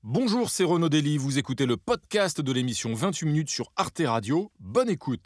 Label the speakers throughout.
Speaker 1: Bonjour, c'est Renaud Dely, vous écoutez le podcast de l'émission 28 minutes sur Arte Radio. Bonne écoute.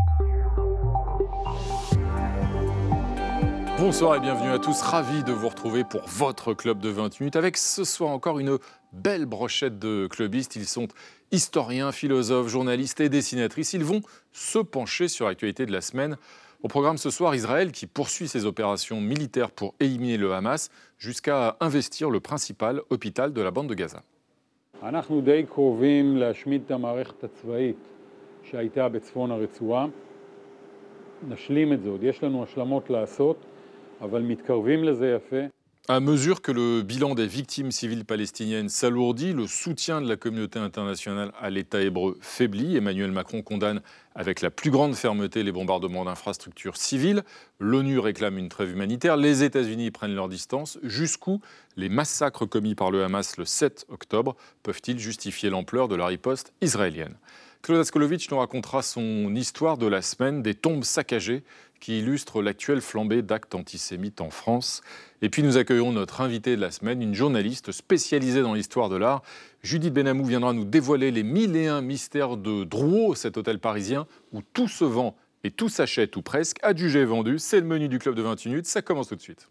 Speaker 1: Bonsoir et bienvenue à tous, ravi de vous retrouver pour votre club de 20 minutes avec ce soir encore une belle brochette de clubistes. Ils sont historiens, philosophes, journalistes et dessinatrices. Ils vont se pencher sur l'actualité de la semaine. Au programme ce soir, Israël qui poursuit ses opérations militaires pour éliminer le Hamas jusqu'à investir le principal hôpital de la bande de Gaza.
Speaker 2: אנחנו די קרובים להשמיד את המערכת הצבאית שהייתה בצפון הרצועה. נשלים את זה, עוד יש לנו השלמות לעשות, אבל מתקרבים לזה יפה.
Speaker 1: À mesure que le bilan des victimes civiles palestiniennes s'alourdit, le soutien de la communauté internationale à l'État hébreu faiblit. Emmanuel Macron condamne avec la plus grande fermeté les bombardements d'infrastructures civiles. L'ONU réclame une trêve humanitaire. Les États-Unis prennent leur distance. Jusqu'où les massacres commis par le Hamas le 7 octobre peuvent-ils justifier l'ampleur de la riposte israélienne ? Claude Askolovitch nous racontera son histoire de la semaine, des tombes saccagées qui illustrent l'actuelle flambée d'actes antisémites en France. Et puis nous accueillons notre invitée de la semaine, une journaliste spécialisée dans l'histoire de l'art. Judith Benamou viendra nous dévoiler les 1001 mystères de Drouot, cet hôtel parisien où tout se vend et tout s'achète ou presque, adjugé et vendu. C'est le menu du club de 20 minutes, ça commence tout de suite.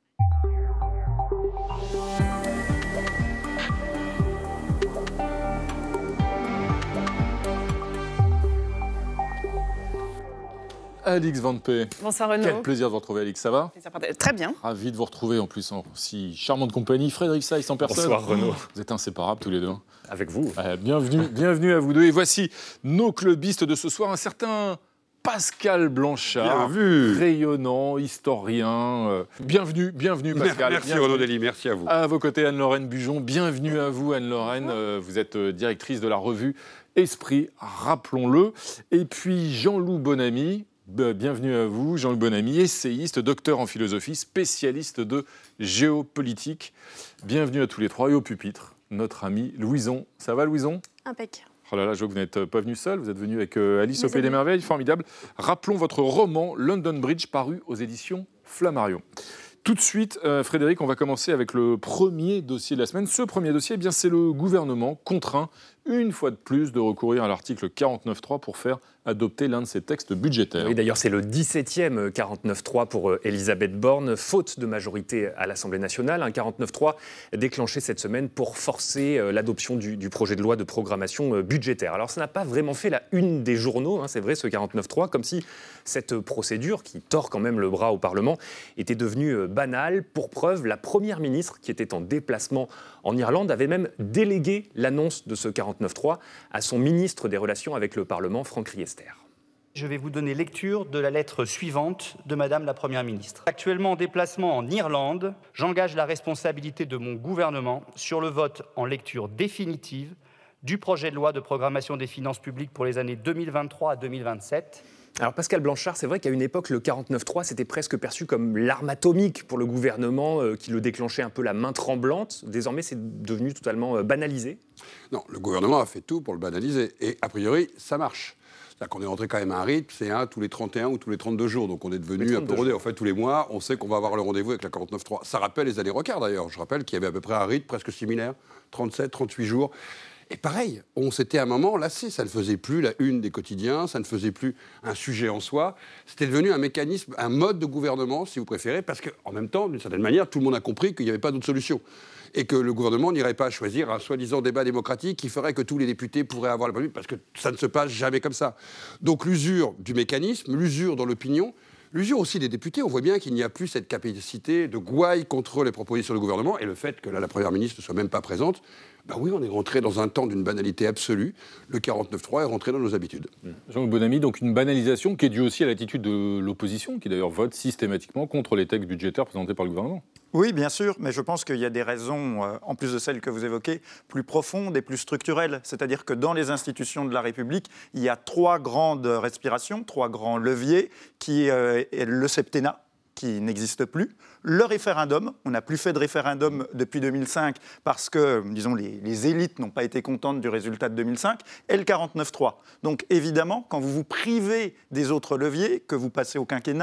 Speaker 1: Alix Van P.
Speaker 3: Bonsoir Renaud.
Speaker 1: Quel plaisir de vous retrouver, Alix, ça va ?
Speaker 3: Très bien.
Speaker 1: Ravi de vous retrouver en plus en si charmante compagnie. Frédéric Saïs en personne.
Speaker 4: Bonsoir Renaud.
Speaker 1: Vous êtes inséparables tous les deux.
Speaker 4: Avec vous.
Speaker 1: Bienvenue à vous deux. Et voici nos clubistes de ce soir, un certain Pascal Blanchard.
Speaker 5: Bien vu.
Speaker 1: Rayonnant, historien. Bienvenue Pascal.
Speaker 5: Merci Renaud Dely, merci à vous.
Speaker 1: À vos côtés, Anne-Lorraine Bujon. Bienvenue à vous, Anne-Lorraine. Vous êtes directrice de la revue Esprit, rappelons-le. Et puis Jean-Loup Bonamy. Bienvenue à vous, Jean-Loup Bonamy, essayiste, docteur en philosophie, spécialiste de géopolitique. Bienvenue à tous les trois et au pupitre, notre ami Louison. Ça va Louison ?
Speaker 3: Impec.
Speaker 1: Oh là là, je vois que vous n'êtes pas venu seul, vous êtes venu avec Alice au Pays des Merveilles, formidable. Rappelons votre roman London Bridge, paru aux éditions Flammarion. Tout de suite, Frédéric, on va commencer avec le premier dossier de la semaine. Ce premier dossier, eh bien, c'est le gouvernement contraint, une fois de plus, de recourir à l'article 49.3 pour faire adopter l'un de ses textes budgétaires.
Speaker 4: Oui, d'ailleurs, c'est le 17e 49.3 pour Elisabeth Borne, faute de majorité à l'Assemblée nationale. Un 49.3 déclenché cette semaine pour forcer l'adoption du projet de loi de programmation budgétaire. Alors, ça n'a pas vraiment fait la une des journaux, c'est vrai, ce 49.3, comme si cette procédure, qui tord quand même le bras au Parlement, était devenue banale. Pour preuve, la Première ministre, qui était en déplacement en Irlande, avait même délégué l'annonce de ce 49.3 à son ministre des Relations avec le Parlement, Franck Riester.
Speaker 6: Je vais vous donner lecture de la lettre suivante de Madame la Première ministre. Actuellement en déplacement en Irlande, j'engage la responsabilité de mon gouvernement sur le vote en lecture définitive du projet de loi de programmation des finances publiques pour les années 2023 à 2027.
Speaker 4: Alors Pascal Blanchard, c'est vrai qu'à une époque, le 49.3, c'était presque perçu comme l'arme atomique pour le gouvernement qui le déclenchait un peu la main tremblante. Désormais, c'est devenu totalement banalisé.
Speaker 5: Non, le gouvernement a fait tout pour le banaliser. Et a priori, ça marche. C'est-à-dire qu'on est rentré quand même à un rythme, c'est tous les 31 ou tous les 32 jours. Donc on est devenu un peu rodé. En fait, tous les mois, on sait qu'on va avoir le rendez-vous avec la 49.3. Ça rappelle les années Rocard d'ailleurs. Je rappelle qu'il y avait à peu près un rythme presque similaire, 37, 38 jours. Et pareil, on s'était à un moment lassé, ça ne faisait plus la une des quotidiens, ça ne faisait plus un sujet en soi. C'était devenu un mécanisme, un mode de gouvernement, si vous préférez, parce qu'en même temps, d'une certaine manière, tout le monde a compris qu'il n'y avait pas d'autre solution. Et que le gouvernement n'irait pas choisir un soi-disant débat démocratique qui ferait que tous les députés pourraient avoir la parole, parce que ça ne se passe jamais comme ça. Donc l'usure du mécanisme, l'usure dans l'opinion, l'usure aussi des députés, on voit bien qu'il n'y a plus cette capacité de gouaille contre les propositions du gouvernement, et le fait que là, la Première ministre ne soit même pas présente, ben oui, on est rentré dans un temps d'une banalité absolue. Le 49.3 est rentré dans nos habitudes.
Speaker 1: Jean-Loup Bonamy, donc une banalisation qui est due aussi à l'attitude de l'opposition, qui d'ailleurs vote systématiquement contre les textes budgétaires présentés par le gouvernement.
Speaker 7: Oui, bien sûr, mais je pense qu'il y a des raisons, en plus de celles que vous évoquez, plus profondes et plus structurelles. C'est-à-dire que dans les institutions de la République, il y a 3 grandes respirations, 3 grands leviers, qui est le septennat, qui n'existe plus. Le référendum, on n'a plus fait de référendum depuis 2005 parce que, disons, les élites n'ont pas été contentes du résultat de 2005, et le 49.3. Donc évidemment, quand vous vous privez des autres leviers, que vous passez au quinquennat,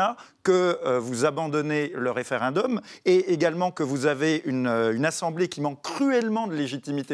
Speaker 7: que vous abandonnez le référendum et également que vous avez une Assemblée qui manque cruellement de légitimité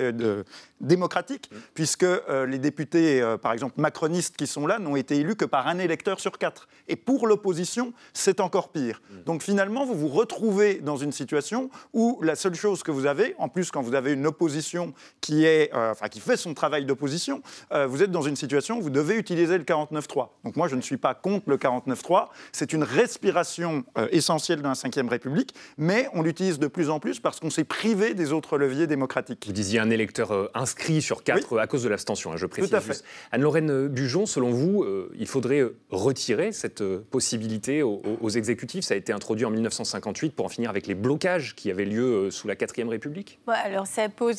Speaker 7: démocratique, puisque les députés, par exemple macronistes qui sont là, n'ont été élus que par un électeur sur 4. Et pour l'opposition, c'est encore pire. Donc finalement, vous vous retrouvez dans une situation où la seule chose que vous avez, en plus quand vous avez une opposition qui fait son travail d'opposition, vous êtes dans une situation où vous devez utiliser le 49.3. Donc moi, je ne suis pas contre le 49.3. C'est une respiration essentielle dans la Ve République, mais on l'utilise de plus en plus parce qu'on s'est privé des autres leviers démocratiques.
Speaker 4: Vous disiez un électeur inscrit sur 4 à cause de l'abstention, je précise.
Speaker 7: Tout à fait.
Speaker 4: Juste. Anne-Lorraine Bujon, selon vous, il faudrait retirer cette possibilité aux exécutifs. Ça a été introduit en 1958 pour en finir avec les blocages qui avaient lieu sous la 4e République.
Speaker 3: Alors ça pose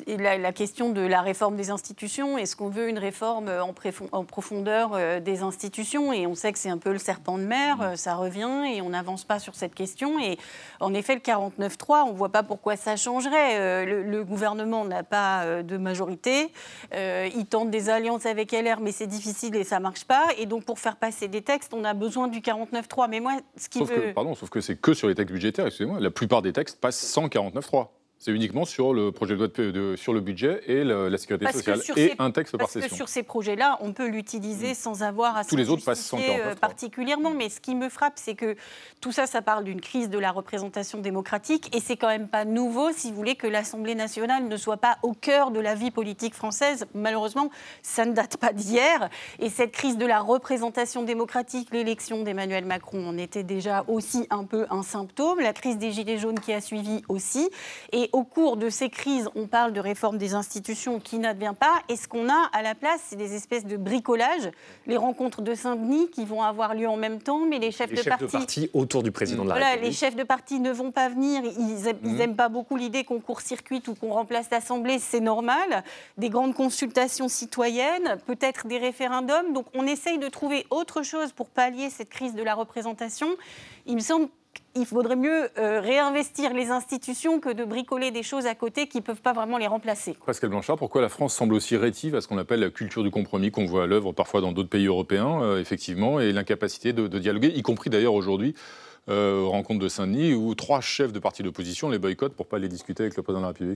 Speaker 3: la question de la réforme des institutions. Est-ce qu'on veut une réforme en profondeur des institutions ? Et on sait que c'est un peu le serpent de mer, ça revient et on n'avance pas sur cette question. Et en effet, le 49.3, on ne voit pas pourquoi ça changerait. Le gouvernement n'a pas de majorité. Il tente des alliances avec LR, mais c'est difficile et ça ne marche pas. Et donc, pour faire passer des textes, on a besoin du 49.3. Mais moi,
Speaker 1: sauf que c'est que sur les textes budgétaires, excusez-moi. La plupart des textes passent sans 49.3. C'est uniquement sur le projet de loi sur le budget et la sécurité sociale et un texte par session.
Speaker 3: Parce que sur ces projets-là, on peut l'utiliser sans avoir à
Speaker 1: tous les autres passent sans 49.3.
Speaker 3: Particulièrement. Mais ce qui me frappe, c'est que tout ça, ça parle d'une crise de la représentation démocratique et c'est quand même pas nouveau, si vous voulez, que l'Assemblée nationale ne soit pas au cœur de la vie politique française. Malheureusement, ça ne date pas d'hier. Et cette crise de la représentation démocratique, l'élection d'Emmanuel Macron en était déjà aussi un peu un symptôme. La crise des Gilets jaunes qui a suivi aussi. Et au cours de ces crises, on parle de réforme des institutions qui n'advient pas. Et ce qu'on a à la place, c'est des espèces de bricolage. Les rencontres de Saint-Denis qui vont avoir lieu en même temps, mais les chefs de parti
Speaker 4: autour du président de la République.
Speaker 3: Les chefs de parti ne vont pas venir. Ils n'aiment pas beaucoup l'idée qu'on court-circuite ou qu'on remplace l'Assemblée. C'est normal. Des grandes consultations citoyennes, peut-être des référendums. Donc on essaye de trouver autre chose pour pallier cette crise de la représentation. Il me semble qu'il faudrait mieux réinvestir les institutions que de bricoler des choses à côté qui ne peuvent pas vraiment les remplacer.
Speaker 1: Pascal Blanchard, pourquoi la France semble aussi rétive à ce qu'on appelle la culture du compromis qu'on voit à l'œuvre parfois dans d'autres pays européens, effectivement, et l'incapacité de dialoguer, y compris d'ailleurs aujourd'hui, rencontre de Saint-Denis, où 3 chefs de partis d'opposition les boycottent pour ne pas les discuter avec le président de la République?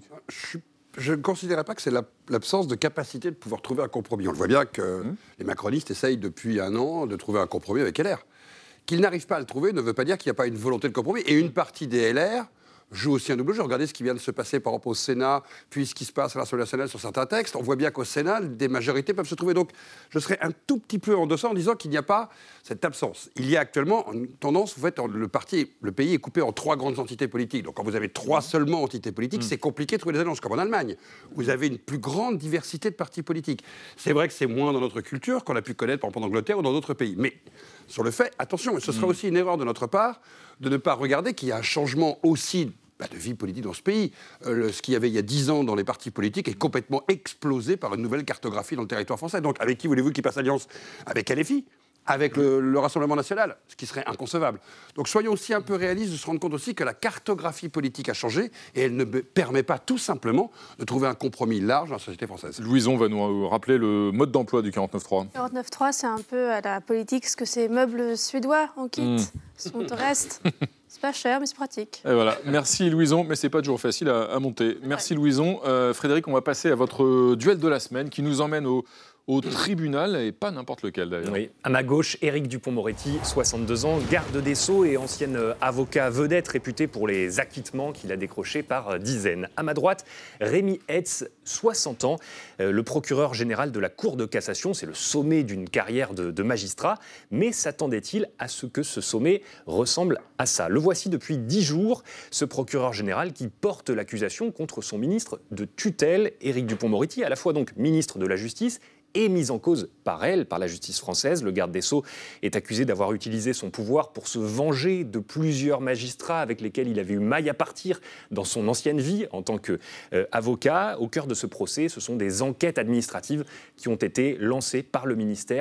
Speaker 5: Je ne considérais pas que c'est l'absence de capacité de pouvoir trouver un compromis. On le voit bien que les macronistes essayent depuis un an de trouver un compromis avec LR. Qu'ils n'arrivent pas à le trouver ne veut pas dire qu'il n'y a pas une volonté de compromis. Et une partie des LR joue aussi un double jeu. Regardez ce qui vient de se passer par rapport au Sénat, puis ce qui se passe à l'Assemblée nationale sur certains textes. On voit bien qu'au Sénat, des majorités peuvent se trouver. Donc, je serais un tout petit peu en deçà en disant qu'il n'y a pas cette absence. Il y a actuellement une tendance, vous faites, le pays est coupé en 3 grandes entités politiques. Donc, quand vous avez 3 seulement entités politiques, c'est compliqué de trouver des alliances, comme en Allemagne. Vous avez une plus grande diversité de partis politiques. C'est vrai que c'est moins dans notre culture qu'on a pu connaître, par exemple, en Angleterre ou dans d'autres pays. Mais sur le fait, attention, ce sera aussi une erreur de notre part de ne pas regarder qu'il y a un changement aussi de vie politique dans ce pays. Ce qu'il y avait il y a 10 ans dans les partis politiques est complètement explosé par une nouvelle cartographie dans le territoire français. Donc avec qui voulez-vous qu'il passe alliance? Avec LFI, avec le Rassemblement national, ce qui serait inconcevable. Donc soyons aussi un peu réalistes de se rendre compte aussi que la cartographie politique a changé et elle ne permet pas tout simplement de trouver un compromis large dans la société française.
Speaker 1: Louison va nous rappeler le mode d'emploi du 49.3.
Speaker 8: 49.3, c'est un peu à la politique ce que ces meubles suédois en kit sont au reste. C'est pas cher, mais c'est pratique.
Speaker 1: Et voilà. Merci Louison, mais c'est pas toujours facile à monter. Merci Louison. Frédéric, on va passer à votre duel de la semaine qui nous emmène au tribunal, et pas n'importe lequel d'ailleurs.
Speaker 4: Oui. À ma gauche, Éric Dupond-Moretti, 62 ans, garde des Sceaux et ancien avocat vedette réputé pour les acquittements qu'il a décrochés par dizaines. À ma droite, Rémi Hetz, 60 ans, le procureur général de la Cour de cassation. C'est le sommet d'une carrière de magistrat. Mais s'attendait-il à ce que ce sommet ressemble à ça? Le voici depuis 10 jours, ce procureur général qui porte l'accusation contre son ministre de tutelle, Éric Dupond-Moretti, à la fois donc ministre de la Justice et mise en cause par la justice française. Le garde des Sceaux est accusé d'avoir utilisé son pouvoir pour se venger de plusieurs magistrats avec lesquels il avait eu maille à partir dans son ancienne vie en tant qu'avocat. Au cœur de ce procès, ce sont des enquêtes administratives qui ont été lancées par le ministère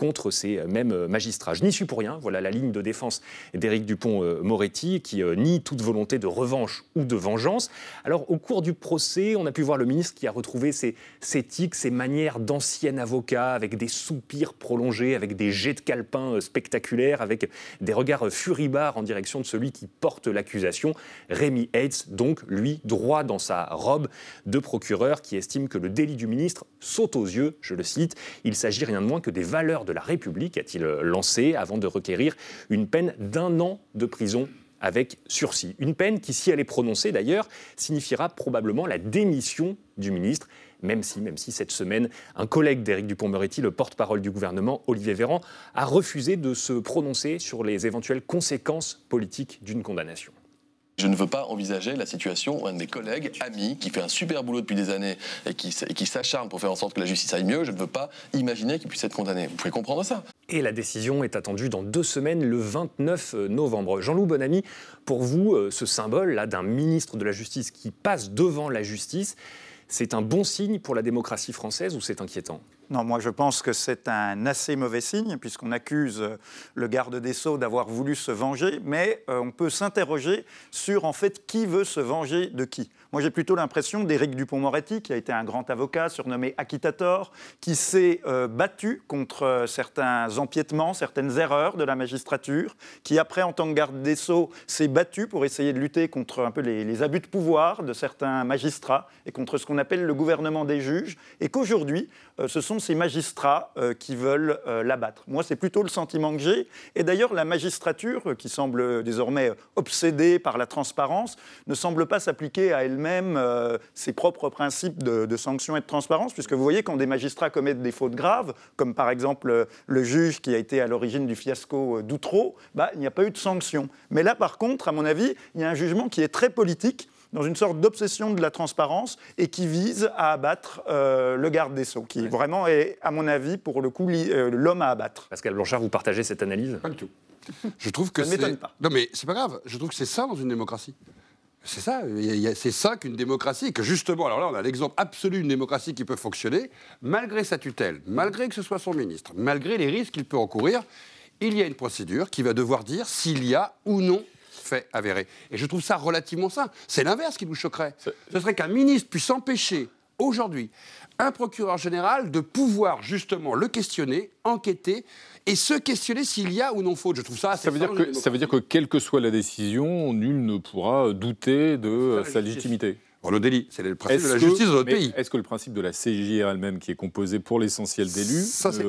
Speaker 4: contre ces mêmes magistrats. Je n'y suis pour rien, voilà la ligne de défense d'Éric Dupond-Moretti qui nie toute volonté de revanche ou de vengeance. Alors au cours du procès, on a pu voir le ministre qui a retrouvé ses tics, ses manières d'ancien avocat, avec des soupirs prolongés, avec des jets de calepin spectaculaires, avec des regards furibards en direction de celui qui porte l'accusation, Rémi Heitz, donc lui droit dans sa robe de procureur qui estime que le délit du ministre saute aux yeux, je le cite, il s'agit rien de moins que des valeurs de la République, a-t-il lancé avant de requérir une peine d'1 an de prison avec sursis. Une peine qui, si elle est prononcée d'ailleurs, signifiera probablement la démission du ministre, même si cette semaine, un collègue d'Éric Dupond-Moretti, le porte-parole du gouvernement, Olivier Véran, a refusé de se prononcer sur les éventuelles conséquences politiques d'une condamnation.
Speaker 9: Je ne veux pas envisager la situation où un de mes collègues, amis, qui fait un super boulot depuis des années et qui s'acharne pour faire en sorte que la justice aille mieux, je ne veux pas imaginer qu'il puisse être condamné. Vous pouvez comprendre ça.
Speaker 4: Et la décision est attendue dans 2 semaines, le 29 novembre. Jean-Loup Bonamy, pour vous, ce symbole-là d'un ministre de la Justice qui passe devant la justice, c'est un bon signe pour la démocratie française ou c'est inquiétant ?
Speaker 7: Non, moi je pense que c'est un assez mauvais signe puisqu'on accuse le garde des Sceaux d'avoir voulu se venger, mais on peut s'interroger sur en fait qui veut se venger de qui. Moi j'ai plutôt l'impression d'Éric Dupond-Moretti qui a été un grand avocat surnommé Acquittator, qui s'est battu contre certains empiétements, certaines erreurs de la magistrature, qui après en tant que garde des Sceaux s'est battu pour essayer de lutter contre un peu les abus de pouvoir de certains magistrats et contre ce qu'on appelle le gouvernement des juges, et qu'aujourd'hui ce sont ces magistrats qui veulent l'abattre. Moi, c'est plutôt le sentiment que j'ai. Et d'ailleurs, la magistrature, qui semble désormais obsédée par la transparence, ne semble pas s'appliquer à elle-même ses propres principes de sanction et de transparence, puisque vous voyez, quand des magistrats commettent des fautes graves, comme par exemple le juge qui a été à l'origine du fiasco d'Outreau, il n'y a pas eu de sanction. Mais là, par contre, à mon avis, il y a un jugement qui est très politique, dans une sorte d'obsession de la transparence et qui vise à abattre le garde des Sceaux, qui vraiment est, à mon avis, pour le coup, l'homme à abattre.
Speaker 4: Pascal Blanchard, vous partagez cette analyse ?
Speaker 5: Pas du tout. Je trouve que
Speaker 7: ça ne m'étonne pas.
Speaker 5: Non mais c'est pas grave, je trouve que c'est ça dans une démocratie. C'est ça, c'est ça qu'une démocratie, et que justement, alors là on a l'exemple absolu d'une démocratie qui peut fonctionner, malgré sa tutelle, malgré que ce soit son ministre, malgré les risques qu'il peut encourir, il y a une procédure qui va devoir dire s'il y a ou non fait avéré. Et je trouve ça relativement sain. C'est l'inverse qui nous choquerait. Ce serait qu'un ministre puisse empêcher, aujourd'hui, un procureur général de pouvoir justement le questionner, enquêter, et se questionner s'il y a ou non faute. Je trouve ça assez
Speaker 1: ça veut dire que quelle que soit la décision, nul ne pourra douter de sa légitimité.
Speaker 5: Bon, le délit, c'est le principe de la justice de notre pays.
Speaker 1: Est-ce que le principe de la CJR elle-même, qui est composée pour l'essentiel d'élus,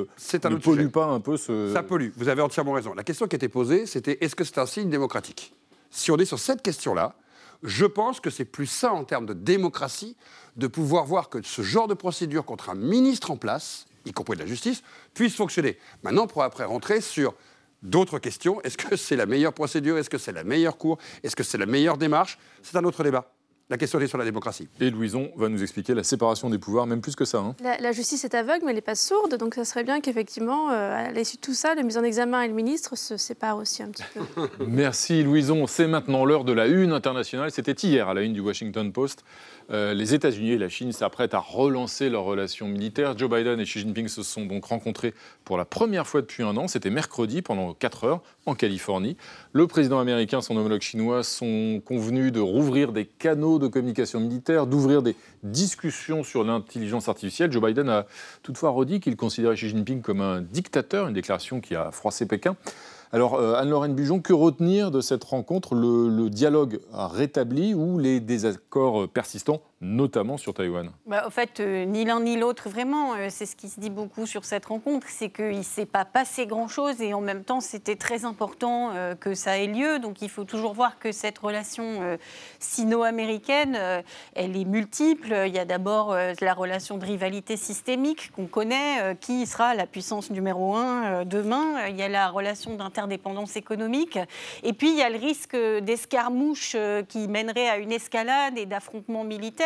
Speaker 1: ne pollue pas un peu ce...
Speaker 5: Ça pollue, vous avez entièrement raison. La question qui était posée, c'était est-ce que c'est un signe démocratique ? Si on est sur cette question-là, je pense que c'est plus sain en termes de démocratie de pouvoir voir que ce genre de procédure contre un ministre en place, y compris de la justice, puisse fonctionner. Maintenant, on pourra après rentrer sur d'autres questions. Est-ce que c'est la meilleure procédure ? Est-ce que c'est la meilleure cour ? Est-ce que c'est la meilleure démarche ? C'est un autre débat. La question est sur la démocratie.
Speaker 1: Et Louison va nous expliquer la séparation des pouvoirs, même plus que ça. Hein.
Speaker 8: La justice est aveugle, mais elle n'est pas sourde, donc ça serait bien qu'effectivement, à l'issue de tout ça, le mise en examen et le ministre se séparent aussi un petit peu.
Speaker 1: Merci Louison. C'est maintenant l'heure de la une internationale. C'était hier à la une du Washington Post. Les États-Unis et la Chine s'apprêtent à relancer leurs relations militaires. Joe Biden et Xi Jinping se sont donc rencontrés pour la première fois depuis 1 an. C'était mercredi pendant 4 heures en Californie. Le président américain et son homologue chinois sont convenus de rouvrir des canaux de communication militaire, d'ouvrir des discussions sur l'intelligence artificielle. Joe Biden a toutefois redit qu'il considérait Xi Jinping comme un dictateur, une déclaration qui a froissé Pékin. Alors, Anne-Lorraine Bujon, que retenir de cette rencontre ? Le dialogue a rétabli ou les désaccords persistants, notamment sur Taïwan ?
Speaker 3: En fait, ni l'un ni l'autre, vraiment. C'est ce qui se dit beaucoup sur cette rencontre, c'est qu'il ne s'est pas passé grand-chose et en même temps, c'était très important que ça ait lieu. Donc, il faut toujours voir que cette relation sino-américaine, elle est multiple. Il y a d'abord la relation de rivalité systémique qu'on connaît, qui sera la puissance numéro 1 demain. Il y a la relation d'interdépendance économique. Et puis, il y a le risque d'escarmouche qui mènerait à une escalade et d'affrontements militaires.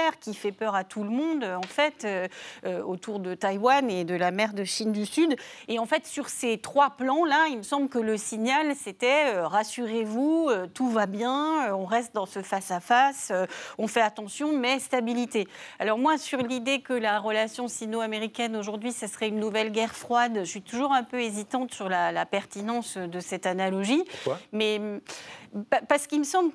Speaker 3: guerre qui fait peur à tout le monde, en fait, autour de Taïwan et de la mer de Chine du Sud. Et en fait, sur ces 3 plans-là, il me semble que le signal, c'était rassurez-vous, tout va bien, on reste dans ce face-à-face, on fait attention, mais stabilité. Alors moi, sur l'idée que la relation sino-américaine aujourd'hui, ça serait une nouvelle guerre froide, je suis toujours un peu hésitante sur la pertinence de cette analogie.
Speaker 4: Pourquoi ?
Speaker 3: Mais parce qu'il me semble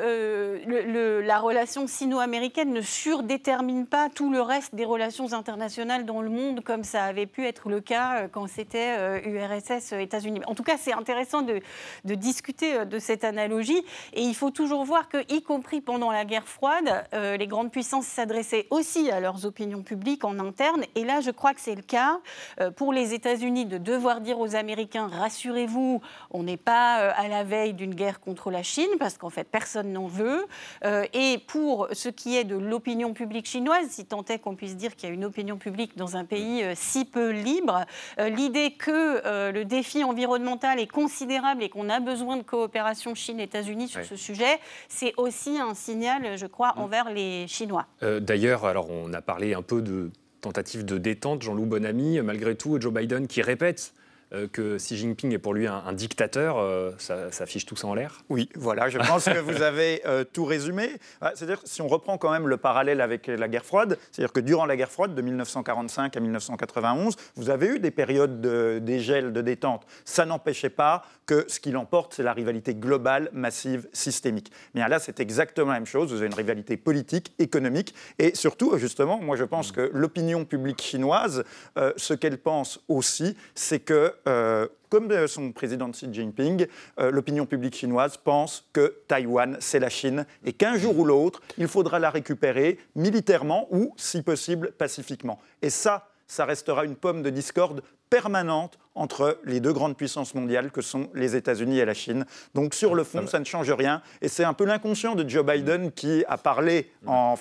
Speaker 3: que la relation sino-américaine ne surdétermine pas tout le reste des relations internationales dans le monde, comme ça avait pu être le cas quand c'était URSS, États-Unis. En tout cas, c'est intéressant de discuter de cette analogie. Et il faut toujours voir que, y compris pendant la guerre froide, les grandes puissances s'adressaient aussi à leurs opinions publiques en interne. Et là, je crois que c'est le cas pour les États-Unis de devoir dire aux Américains, rassurez-vous, on n'est pas à la veille d'une guerre contre la Chine, parce qu'en fait, personne n'en veut. Et pour ce qui est de l'opinion publique chinoise, si tant est qu'on puisse dire qu'il y a une opinion publique dans un pays si peu libre, l'idée que le défi environnemental est considérable et qu'on a besoin de coopération Chine-États-Unis sur ce sujet, c'est aussi un signal, je crois, envers les Chinois.
Speaker 4: D'ailleurs, alors on a parlé un peu de tentative de détente, Jean-Loup Bonamy, malgré tout, Joe Biden qui répète que Xi Jinping est pour lui un dictateur, ça fiche tout ça en l'air.
Speaker 7: Oui, voilà, je pense que vous avez tout résumé. C'est-à-dire, si on reprend quand même le parallèle avec la guerre froide, c'est-à-dire que durant la guerre froide, de 1945 à 1991, vous avez eu des périodes de dégel, de détente. Ça n'empêchait pas que ce qui l'emporte, c'est la rivalité globale, massive, systémique. Bien là, c'est exactement la même chose. Vous avez une rivalité politique, économique, et surtout, justement, moi je pense que l'opinion publique chinoise, ce qu'elle pense aussi, c'est que comme son président Xi Jinping, l'opinion publique chinoise pense que Taïwan, c'est la Chine et qu'un jour ou l'autre, il faudra la récupérer militairement ou, si possible, pacifiquement. Et ça restera une pomme de discorde permanente entre les 2 grandes puissances mondiales que sont les États-Unis et la Chine. Donc sur le fond, ça ne change rien. Et c'est un peu l'inconscient de Joe Biden qui a parlé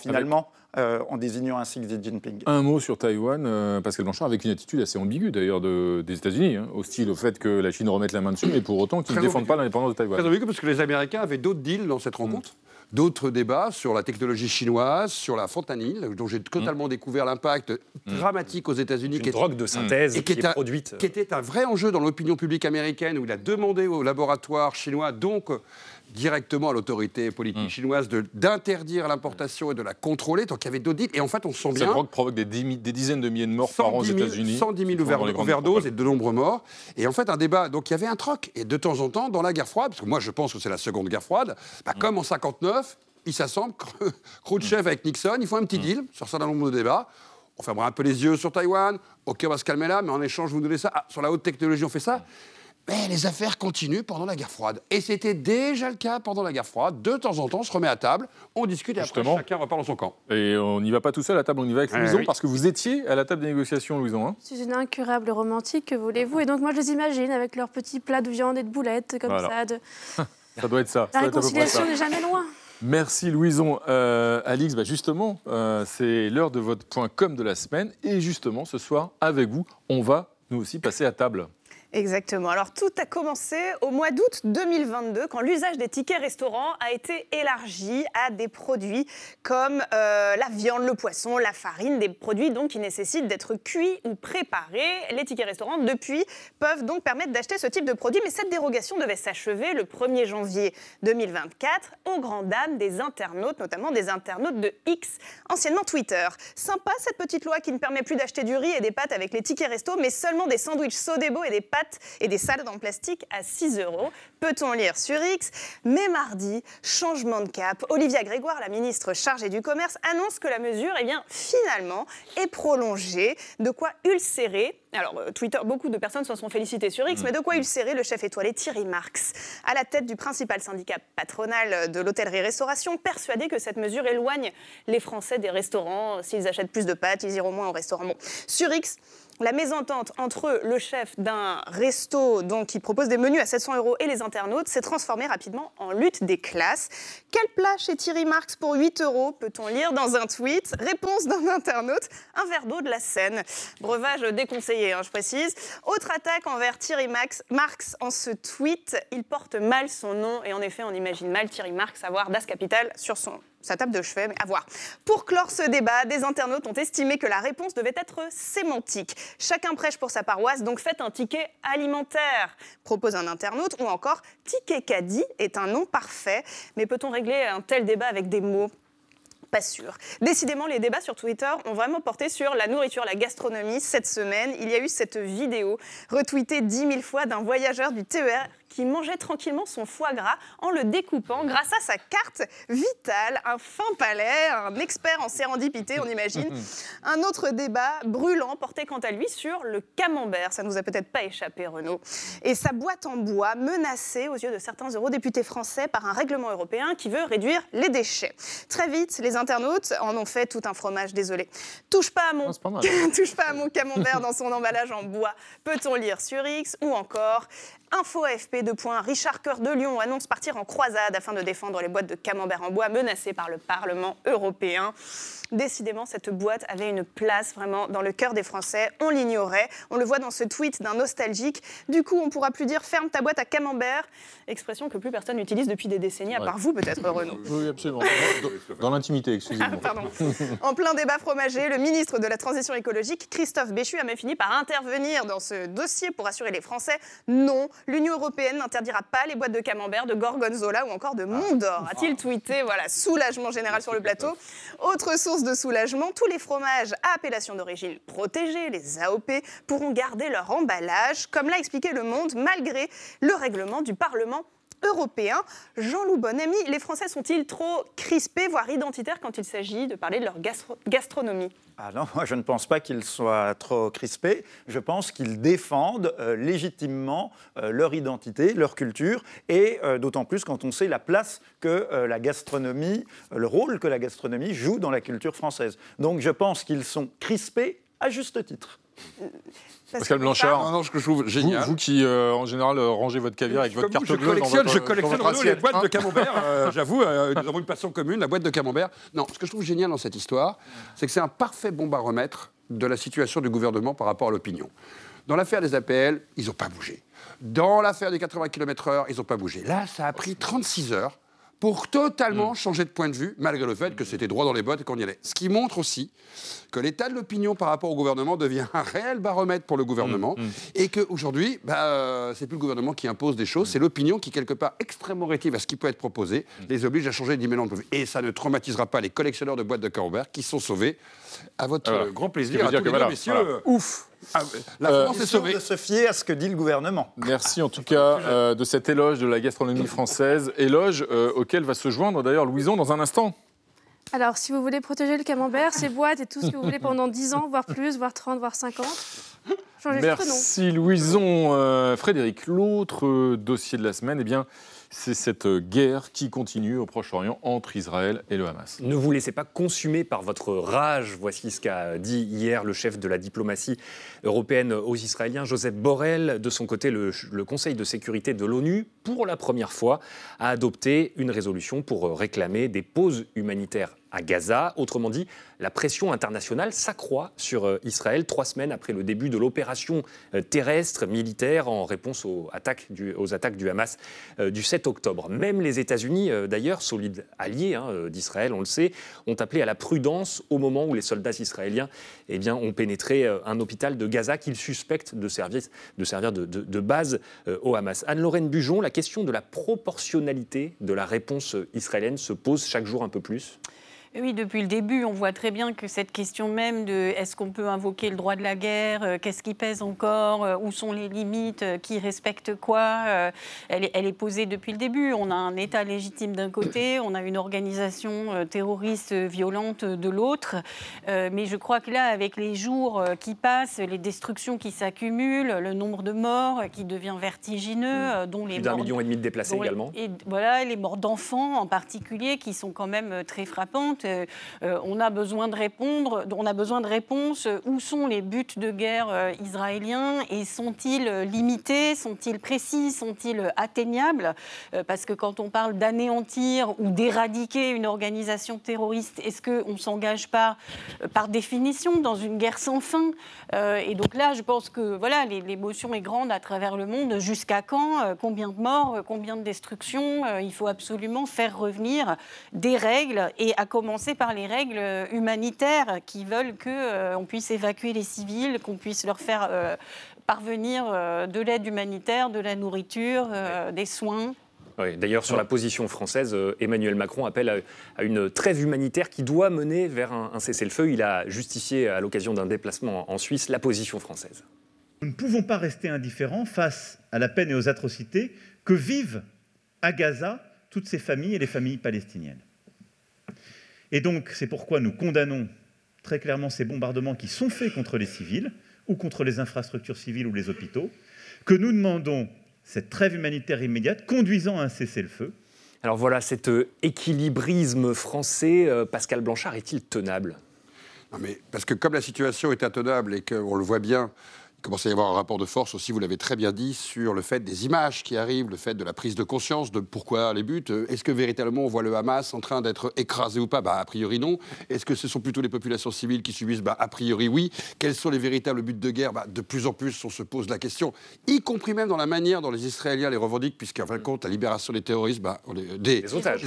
Speaker 7: en désignant ainsi Xi Jinping.
Speaker 1: Un mot sur Taïwan, Pascal Blanchard, avec une attitude assez ambiguë d'ailleurs des États-Unis, hostile au fait que la Chine remette la main dessus, mais pour autant qu'ils ne défendent pas l'indépendance de Taïwan.
Speaker 5: Très ambigu parce que les Américains avaient d'autres deals dans cette rencontre. D'autres débats sur la technologie chinoise, sur la fentanyl, dont j'ai totalement découvert l'impact dramatique aux États-Unis.
Speaker 4: Une drogue de synthèse qui est produite.
Speaker 5: Qui était un vrai enjeu dans l'opinion publique américaine, où il a demandé aux laboratoires chinois, donc directement à l'autorité politique chinoise, d'interdire l'importation et de la contrôler. Donc il y avait d'autres deals. Et en fait, on sent bien...
Speaker 1: Cette drogue provoque des dizaines de milliers de morts par an aux États-Unis.
Speaker 5: 110 000 overdoses et de nombreux morts. Et en fait, un débat... Donc il y avait un troc. Et de temps en temps, dans la guerre froide, parce que moi je pense que c'est la seconde guerre froide, comme en 1959, ils s'assemblent, Khrouchtchev avec Nixon, ils font un petit deal sur un certain nombre de débats. On fermera un peu les yeux sur Taïwan. OK, on va se calmer là, mais en échange, vous nous donnez ça. Sur la haute technologie, on fait ça. Mais les affaires continuent pendant la guerre froide. Et c'était déjà le cas pendant la guerre froide. De temps en temps, on se remet à table, on discute et après, chacun repart dans son camp.
Speaker 1: Et on n'y va pas tout seul à la table, on y va avec Louison, parce que vous étiez à la table des négociations, Louison.
Speaker 8: Je suis une incurable romantique, que voulez-vous. Et donc moi, je les imagine avec leurs petits plats de viande et de boulettes, comme ça.
Speaker 1: Ça doit être ça.
Speaker 8: La réconciliation n'est jamais loin.
Speaker 1: Merci Louison. Alix, justement, c'est l'heure de votre point com de la semaine. Et justement, ce soir, avec vous, on va nous aussi passer à table.
Speaker 10: Exactement. Alors, tout a commencé au mois d'août 2022, quand l'usage des tickets restaurants a été élargi à des produits comme la viande, le poisson, la farine, des produits donc qui nécessitent d'être cuits ou préparés. Les tickets restaurants, depuis, peuvent donc permettre d'acheter ce type de produit, mais cette dérogation devait s'achever le 1er janvier 2024, aux grandes dames des internautes, notamment des internautes de X, anciennement Twitter. Sympa cette petite loi qui ne permet plus d'acheter du riz et des pâtes avec les tickets resto, mais seulement des sandwichs Sodebo et des pâtes et des salades en plastique à 6 €. Peut-on lire sur X ? Mais mardi, changement de cap. Olivia Grégoire, la ministre chargée du commerce, annonce que la mesure, finalement, est prolongée. De quoi ulcérer. Alors, Twitter, beaucoup de personnes s'en sont félicitées sur X, mais de quoi ulcérer le chef étoilé Thierry Marx, à la tête du principal syndicat patronal de l'hôtellerie-restauration, persuadé que cette mesure éloigne les Français des restaurants. S'ils achètent plus de pâtes, ils iront moins au restaurant. Bon. Sur X, la mésentente entre le chef d'un resto donc, qui propose des menus à 700 € et les internautes s'est transformée rapidement en lutte des classes. Quel plat chez Thierry Marx pour 8 €, peut-on lire dans un tweet ? Réponse d'un internaute, un verre d'eau de la Seine. Breuvage déconseillé, je précise. Autre attaque envers Thierry Marx en ce tweet. Il porte mal son nom et en effet, on imagine mal Thierry Marx avoir Das Kapital sur son ça tape de chevet, mais à voir. Pour clore ce débat, des internautes ont estimé que la réponse devait être sémantique. Chacun prêche pour sa paroisse, donc faites un ticket alimentaire, propose un internaute, ou encore ticket caddie est un nom parfait. Mais peut-on régler un tel débat avec des mots ? Pas sûr. Décidément, les débats sur Twitter ont vraiment porté sur la nourriture, la gastronomie. Cette semaine, il y a eu cette vidéo retweetée 10 000 fois d'un voyageur du TER qui mangeait tranquillement son foie gras en le découpant grâce à sa carte vitale, un fin palais, un expert en sérendipité, on imagine. Un autre débat brûlant portait quant à lui sur le camembert. Ça ne nous a peut-être pas échappé, Renaud. Et sa boîte en bois menacée aux yeux de certains eurodéputés français par un règlement européen qui veut réduire les déchets. Très vite, les internautes en ont fait tout un fromage, désolé. Touche pas à mon camembert dans son emballage en bois. Peut-on lire sur X ou encore Info AFP : Richard Cœur de Lion annonce partir en croisade afin de défendre les boîtes de camembert en bois menacées par le Parlement européen. Décidément, cette boîte avait une place vraiment dans le cœur des Français. On l'ignorait. On le voit dans ce tweet d'un nostalgique. Du coup, on ne pourra plus dire « ferme ta boîte à camembert », expression que plus personne n'utilise depuis des décennies, à part vous peut-être, Renaud.
Speaker 1: Oui, absolument. Dans l'intimité, excusez-moi.
Speaker 10: Pardon. En plein débat fromager, le ministre de la Transition écologique, Christophe Béchu, a même fini par intervenir dans ce dossier pour assurer les Français. Non, l'Union européenne n'interdira pas les boîtes de camembert, de gorgonzola ou encore de Mont d'Or. A-t-il tweeté ? Voilà, soulagement général sur le plateau. Autre source de soulagement, tous les fromages à appellation d'origine protégée, les AOP, pourront garder leur emballage, comme l'a expliqué Le Monde, malgré le règlement du Parlement européen. Jean-Loup Bonamy, les Français sont-ils trop crispés, voire identitaires, quand il s'agit de parler de leur gastronomie ?
Speaker 7: Ah non, moi je ne pense pas qu'ils soient trop crispés. Je pense qu'ils défendent légitimement leur identité, leur culture, et d'autant plus quand on sait la place que la gastronomie, le rôle que la gastronomie joue dans la culture française. Donc je pense qu'ils sont crispés à juste titre.
Speaker 1: Pascal Blanchard,
Speaker 5: Non, ce que je trouve génial.
Speaker 1: vous qui, en général, rangez votre caviar avec votre carte bleue
Speaker 5: Je collectionne
Speaker 1: dans votre
Speaker 5: Renaud, les
Speaker 1: assiette.
Speaker 5: boîtes de camembert. J'avoue, nous avons une passion commune, la boîte de camembert. Non, ce que je trouve génial dans cette histoire, c'est que c'est un parfait bon baromètre de la situation du gouvernement par rapport à l'opinion. Dans l'affaire des APL, ils n'ont pas bougé. Dans l'affaire des 80 km/h, ils n'ont pas bougé. Là, ça a pris 36 heures pour totalement changer de point de vue, malgré le fait que c'était droit dans les bottes et qu'on y allait. Ce qui montre aussi que l'état de l'opinion par rapport au gouvernement devient un réel baromètre pour le gouvernement, et qu'aujourd'hui, c'est plus le gouvernement qui impose des choses, c'est l'opinion qui, quelque part, extrêmement rétive à ce qui peut être proposé, les oblige à changer d'immédiat de point de vue. Et ça ne traumatisera pas les collectionneurs de boîtes de camembert qui sont sauvés, à votre grand plaisir, à tous les deux, messieurs.
Speaker 1: Voilà.
Speaker 7: Ouf.
Speaker 5: La France est sauvée.
Speaker 7: De se fier à ce que dit le gouvernement.
Speaker 1: Merci en tout cas de cet éloge de la gastronomie française, éloge auquel va se joindre d'ailleurs Louison dans un instant.
Speaker 8: Alors, si vous voulez protéger le camembert, ses boîtes et tout ce que vous voulez pendant 10 ans, voire plus, voire 30, voire 50, changez de prénom.
Speaker 1: Merci Louison. Frédéric, l'autre dossier de la semaine, eh bien, c'est cette guerre qui continue au Proche-Orient entre Israël et le Hamas.
Speaker 4: Ne vous laissez pas consumer par votre rage. Voici ce qu'a dit hier le chef de la diplomatie européenne aux Israéliens, Joseph Borrell. De son côté, le Conseil de sécurité de l'ONU, pour la première fois, a adopté une résolution pour réclamer des pauses humanitaires à Gaza. Autrement dit, la pression internationale s'accroît sur Israël 3 semaines après le début de l'opération terrestre militaire en réponse aux attaques du Hamas du 7 octobre. Même les États-Unis, d'ailleurs, solides alliés d'Israël, on le sait, ont appelé à la prudence au moment où les soldats israéliens ont pénétré un hôpital de Gaza qu'ils suspectent de servir de base au Hamas. Anne-Lorraine Bujon, la question de la proportionnalité de la réponse israélienne se pose chaque jour un peu plus.
Speaker 3: Oui, depuis le début, on voit très bien que cette question même de est-ce qu'on peut invoquer le droit de la guerre, qu'est-ce qui pèse encore, où sont les limites, qui respecte quoi, elle est posée depuis le début. On a un État légitime d'un côté, on a une organisation terroriste violente de l'autre, mais je crois que là, avec les jours qui passent, les destructions qui s'accumulent, le nombre de morts qui devient vertigineux, dont les
Speaker 4: plus
Speaker 3: morts...
Speaker 4: d'1,5 million de déplacés également.
Speaker 3: Et voilà, les morts d'enfants en particulier qui sont quand même très frappantes. importante. On a besoin de répondre, on a besoin de réponses. Où sont les buts de guerre israéliens et sont-ils limités, sont-ils précis, sont-ils atteignables ? Parce que quand on parle d'anéantir ou d'éradiquer une organisation terroriste, est-ce qu'on ne s'engage pas par définition dans une guerre sans fin ? Et donc là, je pense que voilà, l'émotion est grande à travers le monde. Jusqu'à quand ? Combien de morts ? Combien de destructions ? Il faut absolument faire revenir des règles, et à commencer par les règles humanitaires qui veulent qu'on puisse évacuer les civils, qu'on puisse leur faire parvenir de l'aide humanitaire, de la nourriture, des soins.
Speaker 4: Oui, d'ailleurs, sur la position française, Emmanuel Macron appelle à une trêve humanitaire qui doit mener vers un cessez-le-feu. Il a justifié, à l'occasion d'un déplacement en Suisse, la position française.
Speaker 11: Nous ne pouvons pas rester indifférents face à la peine et aux atrocités que vivent à Gaza toutes ces familles et les familles palestiniennes. Et donc, c'est pourquoi nous condamnons très clairement ces bombardements qui sont faits contre les civils ou contre les infrastructures civiles ou les hôpitaux, que nous demandons cette trêve humanitaire immédiate conduisant à un cessez-le-feu.
Speaker 4: Alors voilà, cet équilibrisme français, Pascal Blanchard, est-il tenable ?
Speaker 5: Non mais, parce que comme la situation est intenable et qu'on le voit bien, il commence à y avoir un rapport de force aussi, vous l'avez très bien dit, sur le fait des images qui arrivent, le fait de la prise de conscience de pourquoi les buts. Est-ce que véritablement on voit le Hamas en train d'être écrasé ou pas ? A priori non. Est-ce que ce sont plutôt les populations civiles qui subissent ? A priori oui. Quels sont les véritables buts de guerre ? De plus en plus on se pose la question, y compris même dans la manière dont les Israéliens les revendiquent, puisqu'en fin de compte la libération des terroristes, des otages,